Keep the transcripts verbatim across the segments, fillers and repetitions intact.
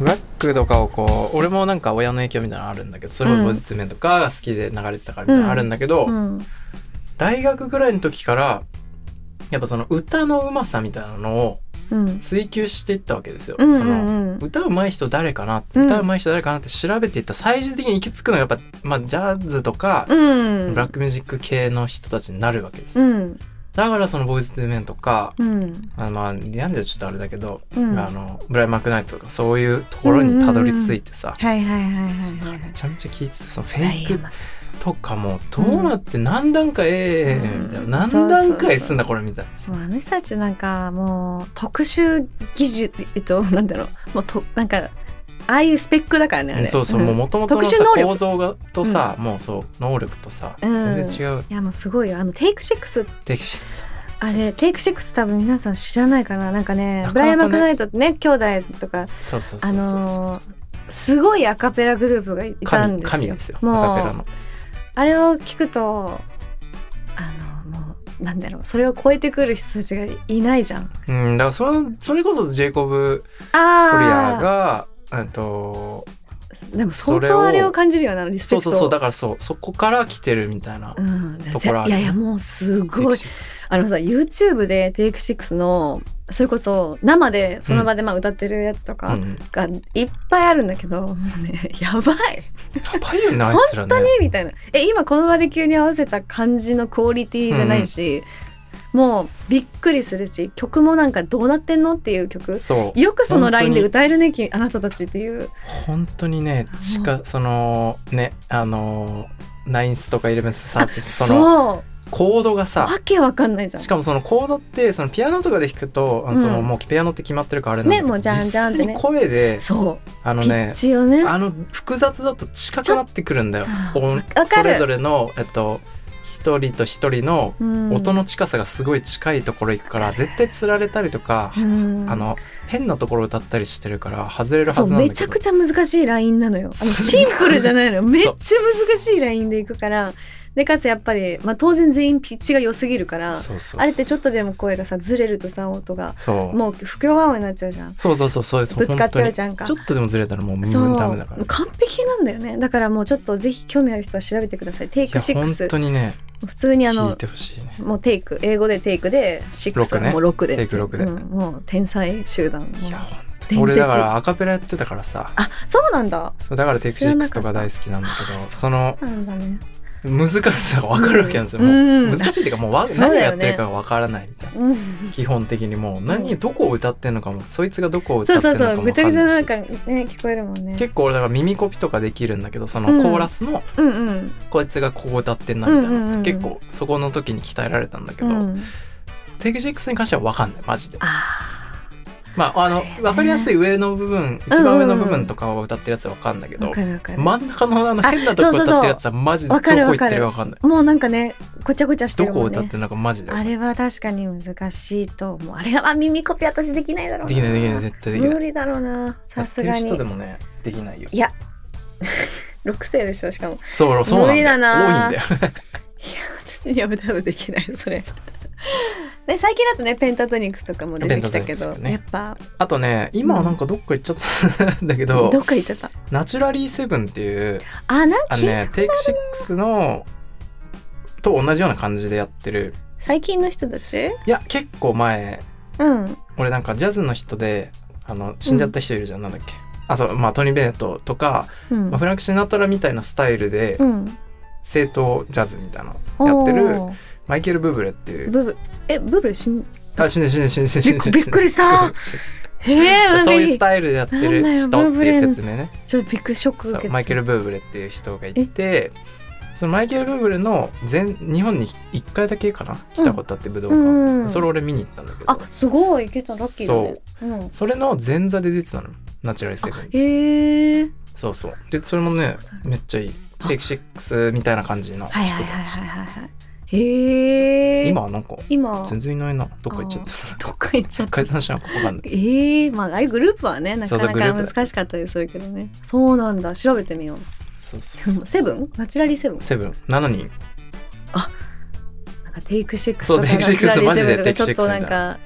フラッグとかをこう俺もなんか親の影響みたいなのあるんだけどそれもボイストゥーメンとかが好きで流れてたからみたいなのあるんだけど、 うんうん、 大学ぐらいの時からやっぱその歌のうまさみたいなのを追求していったわけですよ、 うんうんうん、 その歌うまい人誰かな、うん、歌うまい人誰かなって調べていった最終的に行き着くのがやっぱ、まあ、ジャズとか、うん、ブラックミュージック系の人たちになるわけですよ、うん、だからそのボイストゥーメンとか、うん、あのまあディアンジェはちょっとあれだけど、うん、あのブライアン・マクナイトとかそういうところにたどり着いてさ、めちゃめちゃ聞いてたそのフェイクとかもどうなって何段階ええみたいな、何段階すんだこれみたいな。 そうあの人たちなんかもう特殊技術えっとなんだろうもうとなんかああいうスペックだからねあれ。 そうそう、うん、もう元々のさ構造がとさ、うん、もうそう能力とさ、うん、全然違う。 いやもうすごいよあのテイクシックステイクシックスあれテイクシックス多分皆さん知らないかな。なんかねブライアン・マクナイトってね兄弟とかそうそうそうそうそう、 あのー、すごいアカペラグループがいたんですよ。 神ですよもうアカペラの。 あれを聞くとあのもうなんだろうそれを超えてくる人たちがいないじゃん。 うんだからそのそれこそジェイコブ・コリアーがえっとでも相当あれを感じるよなリスペクト。 そうそうそうだからそうそこから来てるみたいなところある、 うん、いやいやもうすごいあのさ YouTube でテイクシックスのそれこそ生でその場でまあ歌ってるやつとかがいっぱいあるんだけど、うん、もうねやばいやばいよねあいつらね本当にみたいなえ今この場で急に合わせた感じのクオリティじゃないし、うん、もうびっくりするし曲もなんかどうなってんのっていう曲そうよくそのラインで歌えるねあなたたちっていう本当にね近そのねあのナインスとかイレブンスサーティスそのコードがさわけわかんないじゃん。 しかもそのコードってそのピアノとかで弾くと、うん、そのもうピアノって決まってるからあれなんだけど、ね、もうジャンジャンってね、実際に声でそうあのね、 ピッチをねあの複雑だと近くなってくるんだよ。それぞれのえっと一人と一人の音の近さがすごい近いところ行くから、うん、絶対つられたりとか、うん、あの変なところ歌ったりしてるから外れるはずなんだけどそうめちゃくちゃ難しいラインなのよ。あのシンプルじゃないのよめっちゃ難しいラインでいくからでかつやっぱり、まあ、当然全員ピッチが良すぎるからあれってちょっとでも声がさずれるとさ音がもう不協和音になっちゃうじゃん。 そうそうそうそうぶつかっちゃうじゃんか。 ちょっとでもずれたらもうダメだから。 完璧なんだよね。だからもうちょっとぜひ興味ある人は調べてください。テイクシックス本当にね普通にあの聞いてほしいね。 もうテイク英語でテイクでシックスはもうろくでテイクろくで、 うん、もう天才集団。 いや本当に俺だからアカペラやってたからさ。 あそうなんだ。 そうだからテイクシックスとか大好きなんだけどそのなんだね難しさが分かるわけなんですよ、うん、もう難しいっていうかもうわ、うん、何をやってるかが分からないみたいな、うん、基本的にもう何どこを歌ってんのかもそいつがどこを歌ってんのかも分かんないし、そうそうそうぐちゃぐちゃなんかね聞こえるもんね。結構俺だから耳コピとかできるんだけどそのコーラスの、うんうんうん、こいつがこう歌ってんなみたいな、うんうんうん、結構そこの時に鍛えられたんだけど、うん、テイクシックスに関しては分かんないマジで。あまあ、あの分かりやすい上の部分一番上の部分とかを歌ってるやつは分かんないけど、うんうん、真ん中のあの変なとこ歌ってるやつはマジでどこ行ってるか分かんない。 もうなんかねごちゃごちゃしてるもんね。 どこ歌ってるのかマジであれは確かに難しいと思う。あれは耳コピ私できないだろうな。 できないできない絶対できない。 無理だろうなさすがに。 やってる人でもねできないよ。 いやろくせいでしょしかも。 そうそうなんだよ。無理だな。多いんだよ。いや私には多分できないそれ。ね、最近だとねペンタトニクスとかも出てきたけど、ね、やっぱあとね今はなんかどっか行っちゃったんだけど、 うん、どっか行っちゃったナチュラリーセブンっていうあなんかねテイクシックスのと同じような感じでやってる最近の人たち。 いや結構前、うん、俺なんかジャズの人であの死んじゃった人いるじゃん、うん、なんだっけあそう、まあ、トニー・ベネットとか、うんまあ、フランク・シナトラみたいなスタイルで、うん、正統ジャズみたいなのやってるマイケル・ブブレっていうブブえブブレ死んあ死んで死んで死んで死んでびっくりしたへえそういうスタイルでやってる人っていう説明ね。 ちょっとびっくりショック受けてマイケル・ブブレっていう人がいてそのマイケル・ブブレの全日本にいっかいだけかな来たことあって武道館、うんうん、それ俺見に行ったんだけどあすごい行けたラッキーだね。 そう、うん、それの前座で出てたのナチュラルセブン。 へえそうそうでそれもねめっちゃいいテイクシックスみたいな感じの人たち。はいはいはいはいはいへえ今はなんか全然いないなどっか行っちゃったどっか行っちゃった解散したのか分かんない。 ええー、まあああいうグループはねなかなか難しかったりするけどね。そうなんだ調べてみよう。 そうそうそうセブンナチュラリーセブンセブンななにんあなんかテイクシックスとかナチュラリーセブンとかちょっとなんか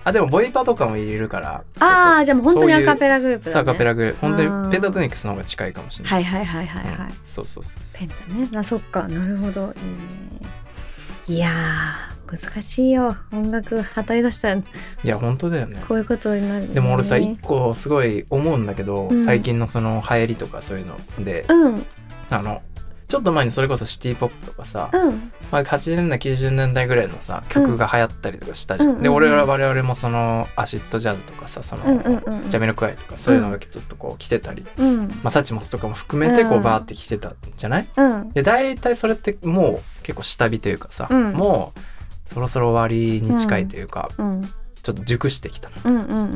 あでもボイパとかも入れるから。 ああじゃあもう本当にアカペラグループだね。 そうアカペラグループ、本当にペンタトニクスの方が近いかもしれない。 はいはいはいはいはい、うん、 そうそうそうそう。 ペンタね。あそっか、なるほど、いいね。いやー難しいよ、音楽語り出したら。いや本当だよね、 こういうことになる、ね、 でも俺さ一個すごい思うんだけど、うん、最近のその流行りとかそういうので、うん、あのちょっと前にそれこそシティポップとかさ、うんまあ、はちじゅうねんだいきゅうじゅうねんだいぐらいのさ曲が流行ったりとかしたじゃん、うん、で俺ら我々もそのアシッドジャズとかさその、うんうんうん、ジャミロクワイとかそういうのがちょっとこう来てたり、うんまあ、サチモスとかも含めてこうバーって来てたんじゃない、うん、で大体それってもう結構下火というかさ、うん、もうそろそろ終わりに近いというか、うん、ちょっと熟してきたの、うんうんうんうん、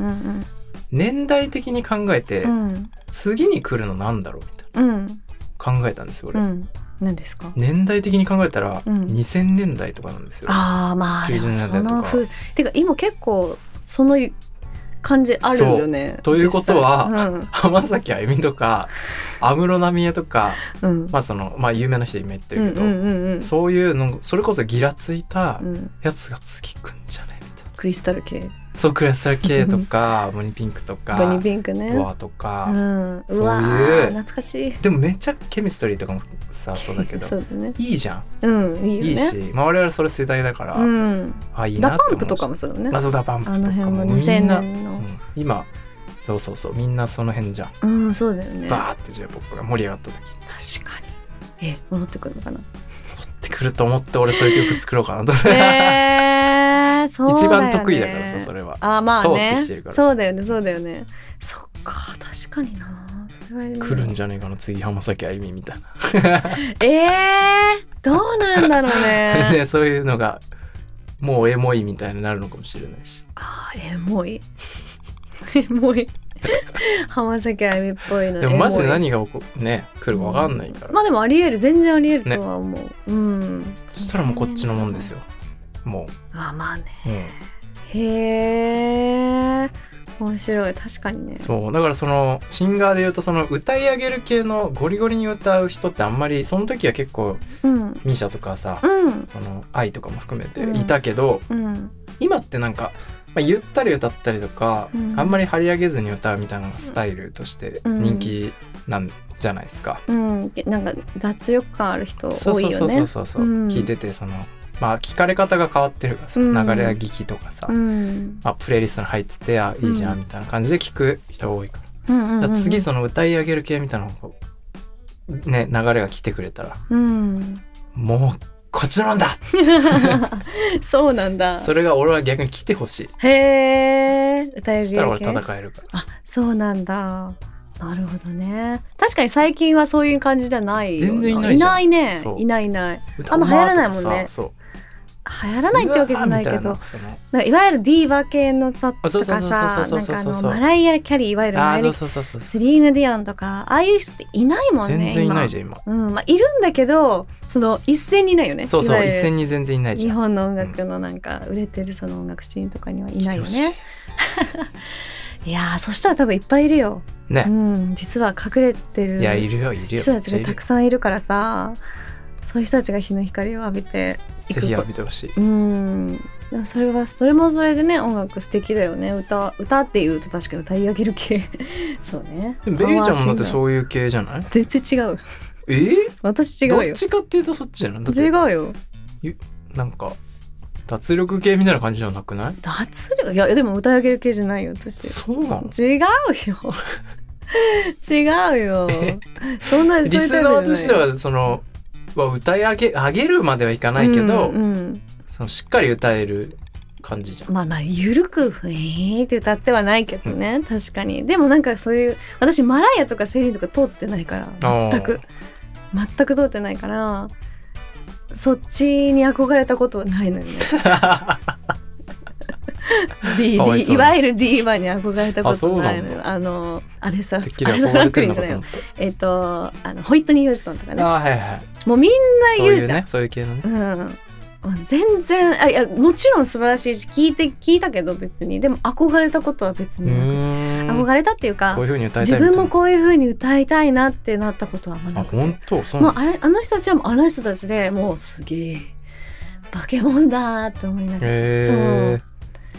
年代的に考えて、うん、次に来るのなんだろうみたいな、うん考えたんですよ俺、うん、何ですか？年代的に考えたら、うん、にせんねんだいとかなんですよ。ああまあきゅうじゅうねんだいとか。てか今結構その感じあるよね。ということは、うん、浜崎あゆみとか安室奈美恵とか、うん、まあそのまあ有名な人今言ってるけど、うんうんうんうん、そういうのそれこそギラついたやつが次くんじゃねみたいな。クリスタル系。そうクリスタル系とかボニーピンクとかボニーピンクねボアとか、うん、 そういう懐かしい。 でもめっちゃケミストリーとかもさそうだけどそうだ、ね、いいじゃん、 うん、いいよね、 いいし、まあ、我々それ世代だから、うん、あいいなって思う。ダパンプとかもそうだね。あそうダパンプとかもあの辺もにせんねんの、うん、今そうそうそうみんなその辺じゃん。うんそうだよね。バーって J-ポップ が盛り上がった時確かにえ戻ってくるのかな。 戻ってくると思って俺そういう曲作ろうかなと思って、えー、そうだよね、一番得意だからさそれは。あまあね通ってきてるから。そうだよねそうだよね。そっか確かにな。それは、ね、来るんじゃねえかな次浜崎あゆみみたいなえー、どうなんだろう ね, ねそういうのがもうエモいみたいになるのかもしれないし。 あエモいエモい浜崎あゆみっぽいの。 でもマジで何が起こね来るか分かんないから、うん、 まあでもありえる全然ありえるとは思う、ね、うんそしたらもうこっちのもんですよもう。 あまあね、うん、へえ面白い確かにね。 そうだからそのシンガーでいうとその歌い上げる系のゴリゴリに歌う人ってあんまりその時は結構、うん、ミーシャとかさ、うん、その愛とかも含めていたけど、うん、今ってなんかまあ、ゆったり歌ったりとか、うん、あんまり張り上げずに歌うみたいなスタイルとして人気なんじゃないですか、うんうん、なんか脱力感ある人多いよね。 そうそうそうそう、うん、聞いててそのまあ聞かれ方が変わってるからさ、うん、流れや聞きとかさ、うんまあ、プレイリストに入っててあいいじゃんみたいな感じで聞く人が多いから、うんうんうんうん、だから次その歌い上げる系みたいなのね流れが来てくれたら、うん、もうこっちのもんだっつってそうなんだ。 それが俺は逆に来てほしい。 へー歌い上げる系。 したら俺戦えるから。 あそうなんだ。なるほどね。確かに最近はそういう感じじゃないよ。全然いないじゃん。いないね。いないいない。あんま流行らないもんね。そう流行らないってわけじゃないけど、なんかいわゆるディーバ系のちょっととかさ、なんかあのマライア・キャリーいわゆるマライア・スリーナ・ディオンとかああいう人っていないもんね。 全然いないじゃん今。 うんまあいるんだけどその一斉にいないよね。 そうそう一斉に全然いないじゃん。 日本の音楽のなんか売れてるその音楽シーンとかにはいないよね。いやそしたら多分いっぱいいるよ。ね。うん、実は隠れてる。 いやいるよいるよ。 人たちがたくさんいるからさ、そういう人たちが日の光を浴びて。 ぜひ浴びてほしい。 うんそれはそれもそれでね音楽素敵だよね。歌歌っていうと確かに歌い上げる系そうね。 でもベイちゃんもだってそういう系じゃない？ 全然違う。 えー、 私違うよ。 どっちかっていうとそっちじゃない？だって違うよ。 なんか脱力系みたいな感じじゃなくない？ 脱力いやでも歌い上げる系じゃないよ私。 そうなの？ 違うよ違うよそんなリスナーとしてはその歌い上げ上げるまではいかないけど、うんうん、そのしっかり歌える感じじゃん。 まあまあゆるくふえーって歌ってはないけどね、うん、確かに。でもなんかそういう私マライアとかセリーンとか通ってないから全く全く通ってないからそっちに憧れたことはないのよねD D いわゆるディーバに憧れたことないのよ。 あ, あのあれさあれさフランクリンじゃないよえっ、ー、とあのホイットニー・ヒューストンとかね。あ、はいはい、もうみんな言うじゃんそういうねそういう系のね、 うん、全然あいやもちろん素晴らしいし聞いて聞いたけど別にでも憧れたことは別になく憧れたっていうかこういう風に歌いたい自分もこういう風に歌いたいなってなったことはまだなくて。あ本当そうもうあれあの人たちはもうあの人たちでもうすげえバケモンだって思いながら、そう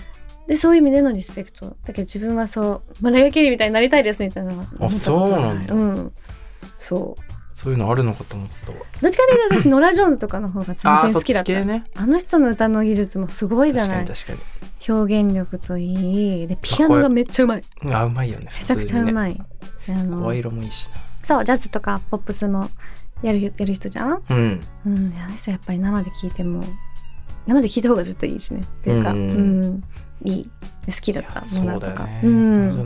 でそういう意味でのリスペクトだけど、自分はそうマライア・キャリーみたいになりたいですみたいなのはあそうなんだ、 うん、そうそういうのあるのかと思ってたわ。 どっちかというと私ノラ・ジョーンズとかの方が全然好きだった。 あ,、 ね、 あの人の歌の技術もすごいじゃない。 確かに確かに表現力といいでピアノがめっちゃうまい。 あうまいよね、 めちゃくちゃうまい。 あの声色もいいしな。 そうジャズとかポップスもやるやる人じゃん。うん、うん、あの人やっぱり生で聴いても生で聴いた方が絶対いいしねっていうか、うん、うん、いい好きだったものとか。 うん、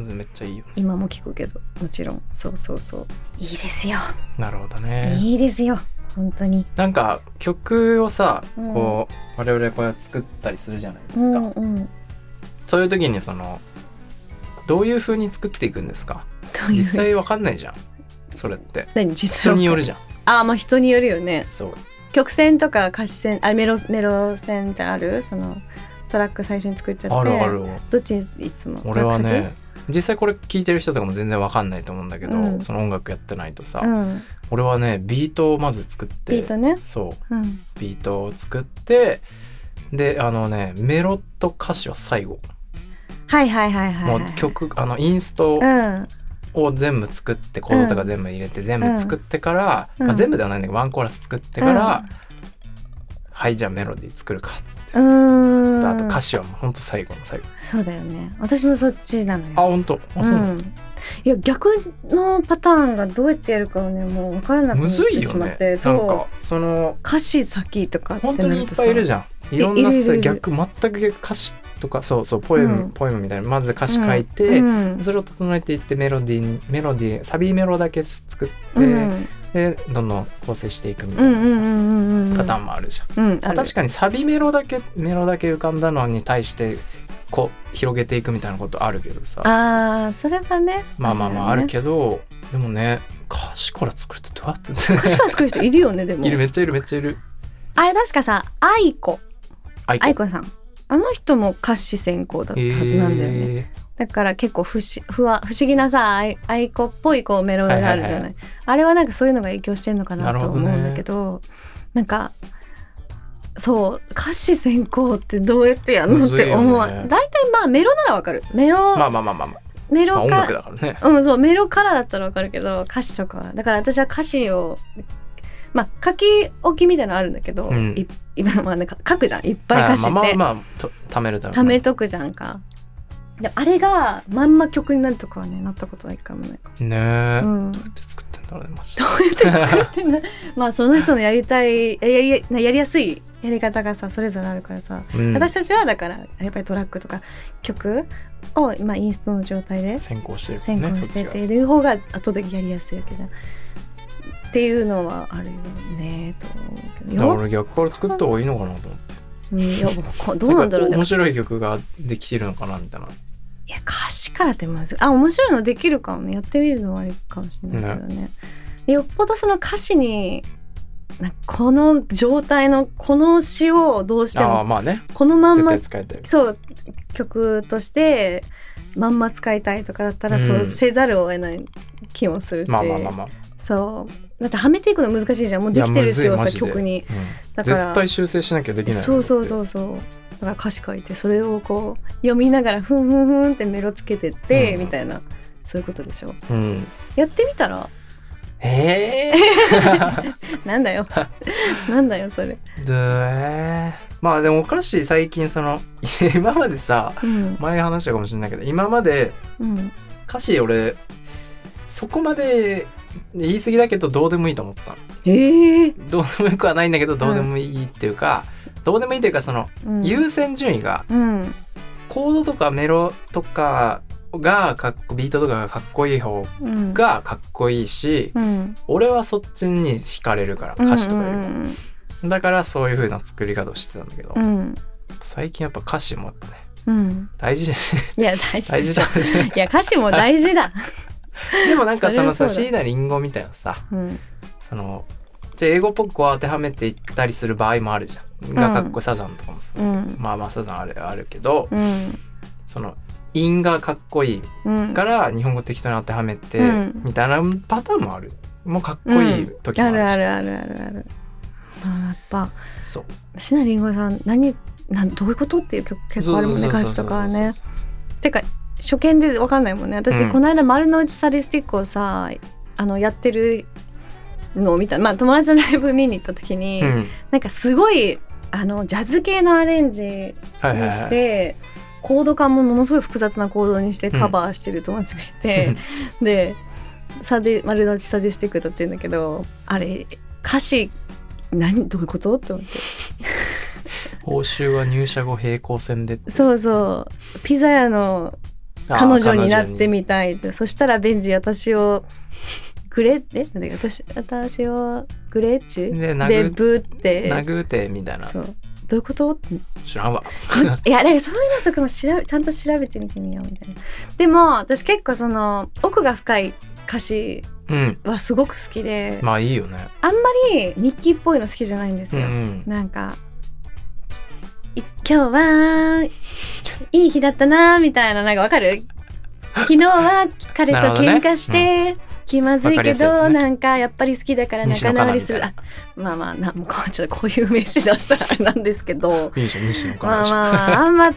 めっちゃいいよ、ね、 今も聴くけどもちろんそうそうそういいですよ。 なるほどね。 いいですよ本当に。 なんか曲をさ、うん、こう我々こう作ったりするじゃないですか、うんうん、そういう時にそのどういう風に作っていくんですか。実際わかんないじゃんそれって。 何実際人によるじゃん。 あまあ人によるよね。 そう曲線とか歌詞線あメロメロ線ってあるそのトラック最初に作っちゃって。 あるある。 どっちいつも。 俺はね実際これ聴いてる人とかも全然わかんないと思うんだけど、うん、その音楽やってないとさ、うん、俺はねビートをまず作ってビートねそう、うん、ビートを作ってであのねメロと歌詞は最後。 はいはいはいはい、はい、 もう曲あのインストを全部作ってコードとか全部入れて全部作ってから、うんまあ、全部ではないんだけどワンコーラス作ってから、うん、はいじゃあメロディー作るかっつって。うーんあと歌詞はもうほんと最後の最後。 そうだよね私もそっちなのよ。 あほんとあそう、うん、 いや逆のパターンがどうやってやるかをねもう分からなくなってしまって。むずいよね。 そうなんかその歌詞先とかってなるとさ本当にいっぱいいるじゃん。いろんなスタイル逆全く逆歌詞とかそうそうポエム、うん、ポエムみたいなまず歌詞書いて、うん、それを整えていってメロディーメロディーサビメロだけ作って、うん、でどんどん構成していくみたいなさパターンもあるじゃん、うんまあ、確かにサビメロだけメロだけ浮かんだのに対してこう広げていくみたいなことあるけどさあそれはねまあまあまああるけど、ね、でもね歌詞から作るってどうやって歌詞から作る人いるよねでもいるめっちゃいるめっちゃいる。 あれ確かさ愛子愛子さんあの人も歌詞先行だったはずなんだよね。だから結構不思、不不思議なさ愛子っぽいこうメロディーがあるじゃない、はいはいはい、あれはなんかそういうのが影響してんのかなと思うんだけど、な、ね、んかそう歌詞先行ってどうやってやるのって思う、ね、だいたいまあメロならわかるメロまあまあまあまあ、まあ、 メロか、まあ、 音楽だからねうんそうメロからだったらわかるけど歌詞とかだから私は歌詞をまあ書き置きみたいなのあるんだけど、うん、い今まあなんか書くじゃんいっぱい歌詞って、まあまあまあと貯めるだろう、ね、貯めとくじゃんか。であれがまんま曲になるとかはねなったことは一回もないかねえ、うん、どうやって作ってんだろうねマジで。 どうやって作ってんだまあその人のやりたいやり、やりやすいやり方がさそれぞれあるからさ、うん、私たちはだからやっぱりトラックとか曲を今インストの状態で先行してる、ね、 先行しててでいう方が後でやりやすいわけじゃんっていうのはあるよねと思うけど。 だから俺逆から作った方がいいのかなと思って、 うん、いやどうなんだろうね。 面白い曲ができてるのかなみたいな。 いや歌詞からってまずあ面白いのできるかもねやってみるのはありかもしれないけどね、ねよっぽどその歌詞になんかこの状態のこの詩をどうしてもあまあ、ね、 このまんま使いたいそう曲としてまんま使いたいとかだったら、うん、そうせざるを得ない気もするし、まあまあまあまあそうだってはめていくの難しいじゃんもうできてるしよさ曲に、 うん、だから絶対修正しなきゃできない。 そうそうそうそうだから歌詞書いてそれをこう読みながらふんふんふんってメロつけてって、うん、みたいなそういうことでしょ、うん、やってみたらえー、なんだよなんだよそれでまあでもおかしい最近その今までさ、うん、前話したかもしれないけど今まで、うん、歌詞俺そこまで言い過ぎだけどどうでもいいと思ってたの。 えー、 どうでもよくはないんだけどどうでもいいっていうか、うん、どうでもいいというかその、うん、優先順位が、うん、コードとかメロとかがかっこビートとかがかっこいい方がかっこいいし、うん、俺はそっちに惹かれるから歌詞とかよりも、うんうん、だからそういう風な作り方をしてたんだけど、うん、最近やっぱ歌詞もやっぱね、うん、大事いや大事大事だいや歌詞も大事だでもなんかそのさ椎名林檎みたいなさ、うん、そのじゃあ英語っぽくこう当てはめていったりする場合もあるじゃん、うん、がかっこサザンとかもさ、うん、まあまあサザンあるあるけど、うん、その韻がかっこいいから日本語適当に当てはめて、うん、みたいなパターンもある。もうかっこいい時もあるし、 うん、あるあるあるあるある。あやっぱそう椎名林檎さん何なんどういうことっていう曲結構あるもんね、歌詞とかはね。てか初見で分かんないもんね。私、うん、この間丸の内サディスティックをさあのやってるのを見た、まあ、友達のライブ見に行った時に、うん、なんかすごいあのジャズ系のアレンジにして、はいはいはい、コード感もものすごい複雑なコードにしてカバーしてる友達がいて、うん、でサデ丸の内サディスティックだって言うんだけど、あれ歌詞何どういうことって思って報酬は入社後平行線でそうそうピザ屋の彼女になってみたいって、そしたらベンジ私をグレって私私をグレッチでブーって殴ってみたいな、 そうどういうこと知らんわいやだからそういうのとかも調べちゃんと調べてみてみようみたいな。でも私結構その奥が深い歌詞はすごく好きで、 うん、まあいいよね。 あんまり日記っぽいの好きじゃないんですよ、うん、なんか今日はいい日だったなみたいな、なんかわかる昨日は彼と喧嘩して、気まずいけ ど, ど、ね、なんかやっぱり好きだから仲直りする。あまあまあなもうこうちょっとこういう名詞出したらあれなんですけどいいじゃん西野かまあまあまああんまあんま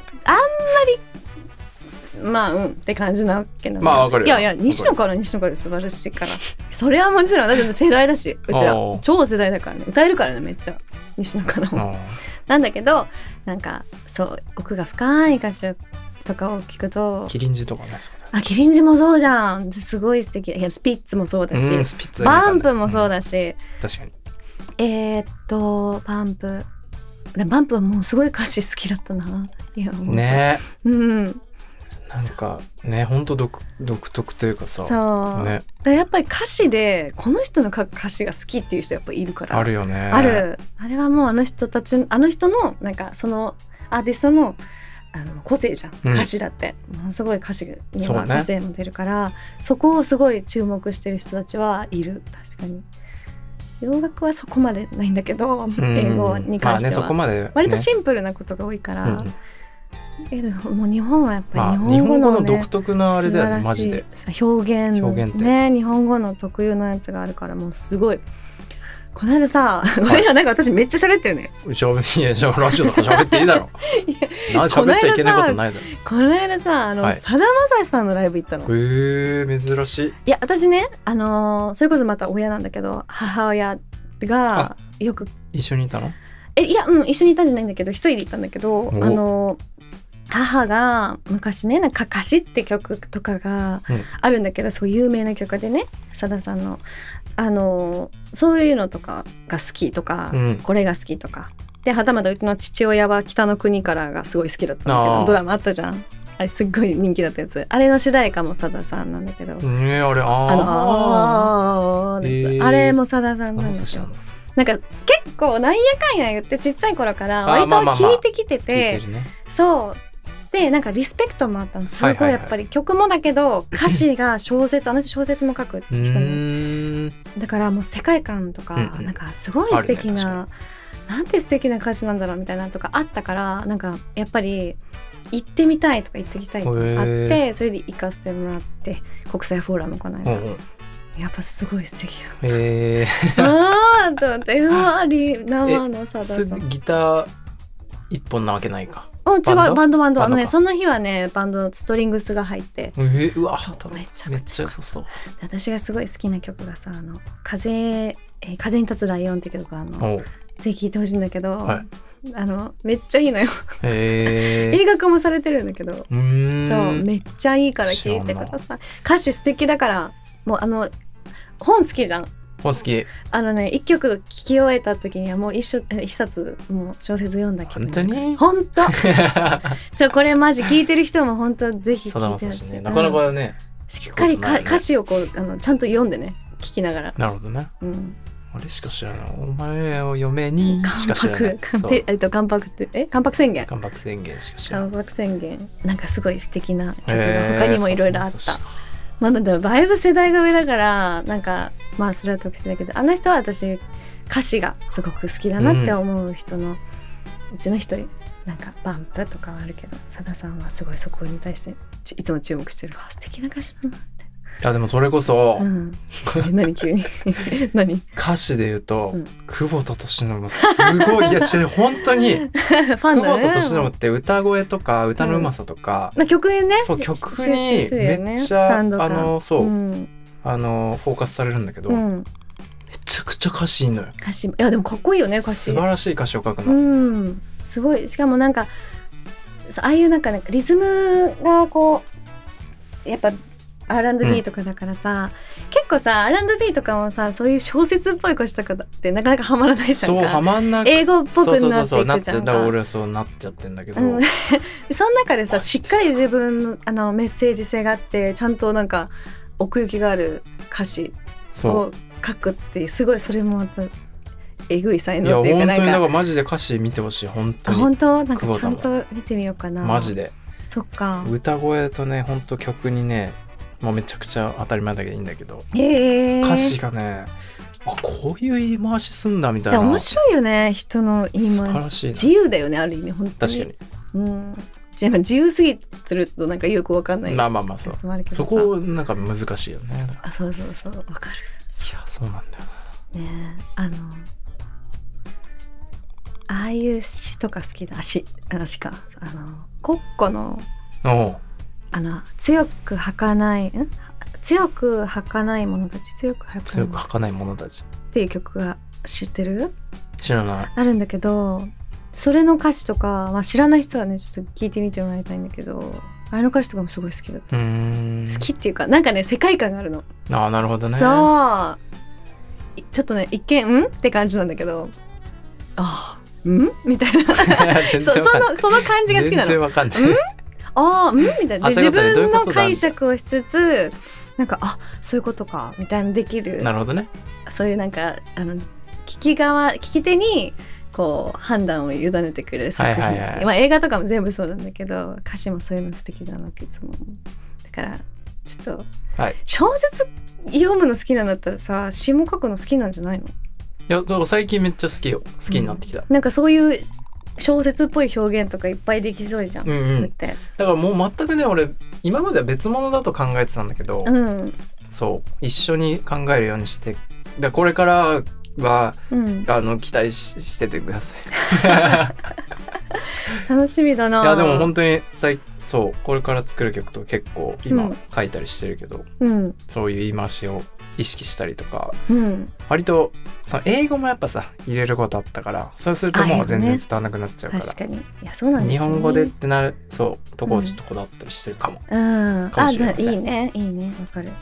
りまあうんって感じなわけなんで、 まあわかるよ。 いやいや西野から西野から素晴らしいからそれはもちろんだって世代だしうちら超世代だからね、歌えるからねめっちゃ西野からもなんだけど、なんかそう奥が深い歌詞とかを聞くとキリンジとかね、そうだあキリンジもそうじゃんすごい素敵。いやスピッツもそうだし、うん、スピッツバンプもそうだし、うん、 確かにえー、っとバンプバンプはもうすごい歌詞好きだったな。いやねえうんなんかねほんと 独, 独特というかさそう、ね、だやっぱり歌詞でこの人の書く歌詞が好きっていう人やっぱいるからあるよね。 あるあれはもうあの人たちあの人のなんかそのアーティストのあの個性じゃん、うん、歌詞だってものすごい歌詞には個性も出るから そ,、ね、そこをすごい注目してる人たちはいる。確かに洋楽はそこまでないんだけど、うん、英語に関しては、まあね、そこまでね、割とシンプルなことが多いから、うんえでももう日本はやっぱり日本語 の,、ねまあ、日本語の独特なあれだよねマジで表現表現ね日本語の特有のやつがあるからもうすごい。この間さ、ごめんななんか私めっちゃ喋ってるね。 しゃべいやじゃあラジオとか喋っていいだろ。なん喋っちゃいけないことないだろ。 この間さあのさだまさしさんのライブ行ったの。 へえ珍しい。 いや私ねあのー、それこそまた親なんだけど母親がよく一緒にいたの？ えいやうん一緒にいたんじゃないんだけど一人で行ったんだけどあのー母が昔ねなんか歌詞って曲とかがあるんだけど、うん、すごい有名な曲でねさださんのあのそういうのとかが好きとか、うん、これが好きとかではたまたうちの父親は北の国からがすごい好きだったんだけどドラマあったじゃんあれすっごい人気だったやつあれの主題歌もさださんなんだけど、 えー、あれああのあー、えー、あれもさださんなんですよ。なんか結構なんやかんや言ってちっちゃい頃から割と聞いてきてて、まあまあまあね、そうでなんかリスペクトもあったのすごいやっぱり曲もだけど歌詞が小説あの人小説も書く人もだからもう世界観とか、うんうん、なんかすごい素敵な、ね、なんて素敵な歌詞なんだろうみたいなのとかあったからなんかやっぱり行ってみたいとか行ってきたいとかあってそれで行かせてもらって国際フォーラムこの間、うんうんやっぱすごい素敵だった。えー、あーと思ってあり生のさださんギター一本なわけないか。 お違うバンドバンドバンドあのねその日はねバンドのストリングスが入って、 えー、うわめちゃめっちゃ良さそう。 私がすごい好きな曲がさあの風、えー、風に立つライオンって曲があのぜひ聴いてほしいんだけど、はい、あのめっちゃいいのよ、えー、映画化もされてるんだけどうーんそうめっちゃいいから聴いてください。歌詞素敵だからもうあの本好きじゃん。 本好き。 あのね一曲聴き終えた時にはもう一緒一冊もう小説読んだけど、 本当に本当ちょこれマジ聞いてる人も本当ぜひ聞いてほしい、 ね、なかなかね、 うん、しっかりか歌詞をこうあのちゃんと読んでね聞きながら。 なるほどね、うん、あれしか知らないお前を嫁にしか知らないえっと関白ってえ関白宣言関白宣言しか知らない。 関白宣言なんかすごい素敵な曲が他にもいろいろあった。まあ、だだいぶ世代が上だからなんかまあそれは特殊だけどあの人は私歌詞がすごく好きだなって思う人のうちの一人なんかバンプとかはあるけどさださんはすごいそこに対していつも注目してるわ素敵な歌詞だなってやでもそれこそ、 うん、何急に何歌詞で言うと、うん、久保田利伸すごいいや違う本当にファンだ、ね、 久保田利伸って歌声とか歌のうまさとか、 うんまあ、曲にねそう曲にめっちゃ、ね、あのそう、うん、あのフォーカスされるんだけど、うん、めちゃくちゃ歌詞いいのよ。 歌詞いやでもかっこいいよね歌詞。 素晴らしい歌詞を書くの、 うん、すごい。しかもなんかああいうなんか、ね、リズムがこうやっぱアールアンドビー とかだからさ、うん、結構さ アールアンドビー とかもさそういう小説っぽい歌詞とかってなかなかハマらないじゃんか。 そうハマんなく英語っぽくなっていくじゃんか。そうそうそうなっちゃう。 だから俺はそうなっちゃってんだけど、うん、 その中でさしっかり自分のあのメッセージ性があってちゃんとなんか奥行きがある歌詞を書くってすごいそれもまたえぐい才能っていうかなんか。いや本当にだからマジで歌詞見てほしい本当に。 本当なんかちゃんと見てみようかな。 マジで。 そっか。 歌声とね本当曲にねもうめちゃくちゃ当たり前だけどいいんだけど、 えー、 歌詞がねあこういう言い回しすんだみたいな。 いや面白いよね人の言い回し。自由だよねある意味本当に。 確かに。うん自由すぎてるとなんかよくわかんない。 まあまあまあそう。そこなんか難しいよね。 あそうそうそうわかる。 いやそうなんだよな。ねあのああいう詩とか好きだしあ詩かあのコッコのおあの強く儚いん強く儚い者たち強く儚い強く儚い者たちっていう曲が知ってる？ 知らない。 あるんだけどそれの歌詞とか、まあ、知らない人はねちょっと聞いてみてもらいたいんだけどあれの歌詞とかもすごい好きだった。 うーん好きっていうかなんかね世界観があるの。 ああなるほどね。 そうちょっとね一見んって感じなんだけどあんみたいなそ, そのその感じが好きなの。 全然わかんない。 んあーんみたいなで自分の解釈をしつつなんかあそういうことかみたいなできる。 なるほどね。 そういうなんかあの聞き側聞き手にこう判断を委ねてくれる作品です、はいはいはいまあ、映画とかも全部そうなんだけど歌詞もそういうの素敵だなっていつもだからちょっと、はい、小説読むの好きなんだったらさ詩も書くの好きなんじゃないの？いやだから最近めっちゃ好きよ好きになってきた、うん、 なんかそういう小説っぽい表現とかいっぱいできそうじゃん、うんうん、ってだからもう全くね俺今までは別物だと考えてたんだけど、 うん、 そう一緒に考えるようにしてだこれからは、うん、あの期待 し, しててください楽しみだな。 いやでも本当に最そうこれから作る曲と結構今書いたりしてるけど、 うん、 そういう言い回しを意識したりとか、 うん、 割とその英語もやっぱさ入れることあったからそうするともう全然伝わらなくなっちゃうから、 確かにいやそうなんですよね、 日本語でってなるそうとこをちょっとこだわったりしてるかも、 うん、 かもしれません。 あいいねいいねわかる。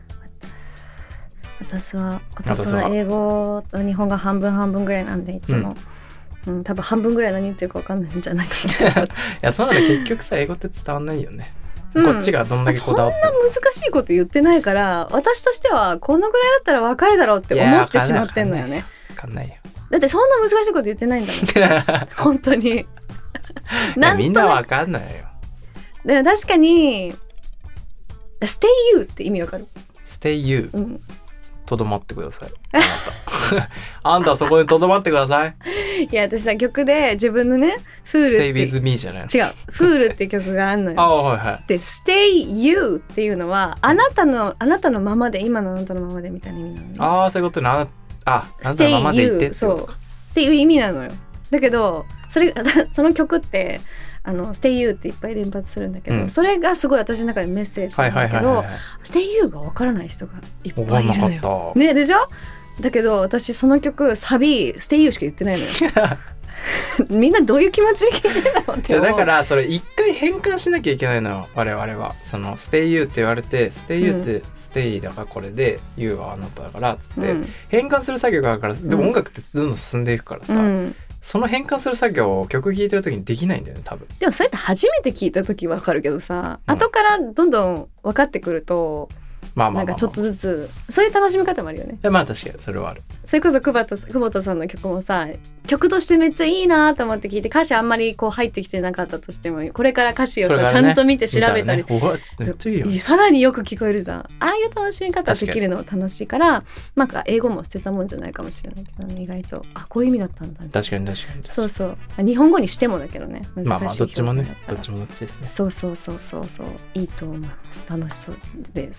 私は私は英語と日本語半分半分ぐらいなんでいつも、うんうん、多分半分ぐらい何言ってるか分かんないんじゃないかな。いやそうなの結局さ英語って伝わんないよね、うん、こっちがどんだけこだわってもそんな難しいこと言ってないから私としてはこのぐらいだったら分かるだろうって思ってしまってんのよね。 分かんないよだってそんな難しいこと言ってないんだもん本当になんみんな分かんないよ。 でも確かに Stay you って意味わかる？ Stay you、 うん、 とどまってくださいあなたあんたはそこでとどまってください。 いや私さ曲で自分のねフールって Stay with me じゃないの？ 違うフールって曲があるのよあ、はいはい、 で Stay you っていうのはあなたのあなたのままで今のあなたのままでみたいな意味なのね。 ああそういうことね。ああなたのままでいってってことか。 そうっていう意味なのよ。だけどそれその曲ってあの Stay you っていっぱい連発するんだけど、うん、それがすごい私の中でメッセージなんだけど Stay you が分からない人がいっぱいいるのよ。ねでしょ？だけど私その曲サビ Stay you しか言ってないのよ。みんなどういう気持ちで聴いてるのって思う。 だからそれ一回変換しなきゃいけないのよ我々は。その Stay you って言われて Stay you って Stay だからこれで You はあなただからつって、うん、変換する作業があるから、でも音楽ってどんどん進んでいくからさ、うん、その変換する作業を曲聴いてる時にできないんだよね多分。 でもそうやって初めて聴いた時わかるけどさ、うん、後からどんどん分かってくるとまあまあまあまあ、なんかちょっとずつそういう楽しみ方もあるよね。 いやまあ確かにそれはある。 それこそ久保田、久保田さんの曲もさ曲としてめっちゃいいなと思って聞いて歌詞あんまりこう入ってきてなかったとしてもこれから歌詞をさ、ね、ちゃんと見て調べたり、ね、さらによく聞こえるじゃん。ああいう楽しみ方できるのも楽しいからなんか英語も捨てたもんじゃないかもしれないけど、ね、意外とあこういう意味だったんだみたいな。 確かに確かにそうそう日本語にしてもだけどね難しい。 まあまあどっちもねどっちもどっちですね。 そうそうそうそうそういいと思います。楽しそうでそれ楽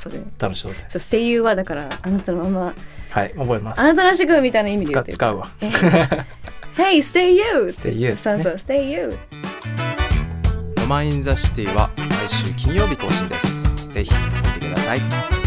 の正体です。 stay you はだからあなたのまま、 はい覚えます。 あなたらしくみたいな意味で言ってる。 使うわ Hey stay you stay you そうそう stay you。 ロマンインザシティは毎週金曜日更新です。ぜひ見てください。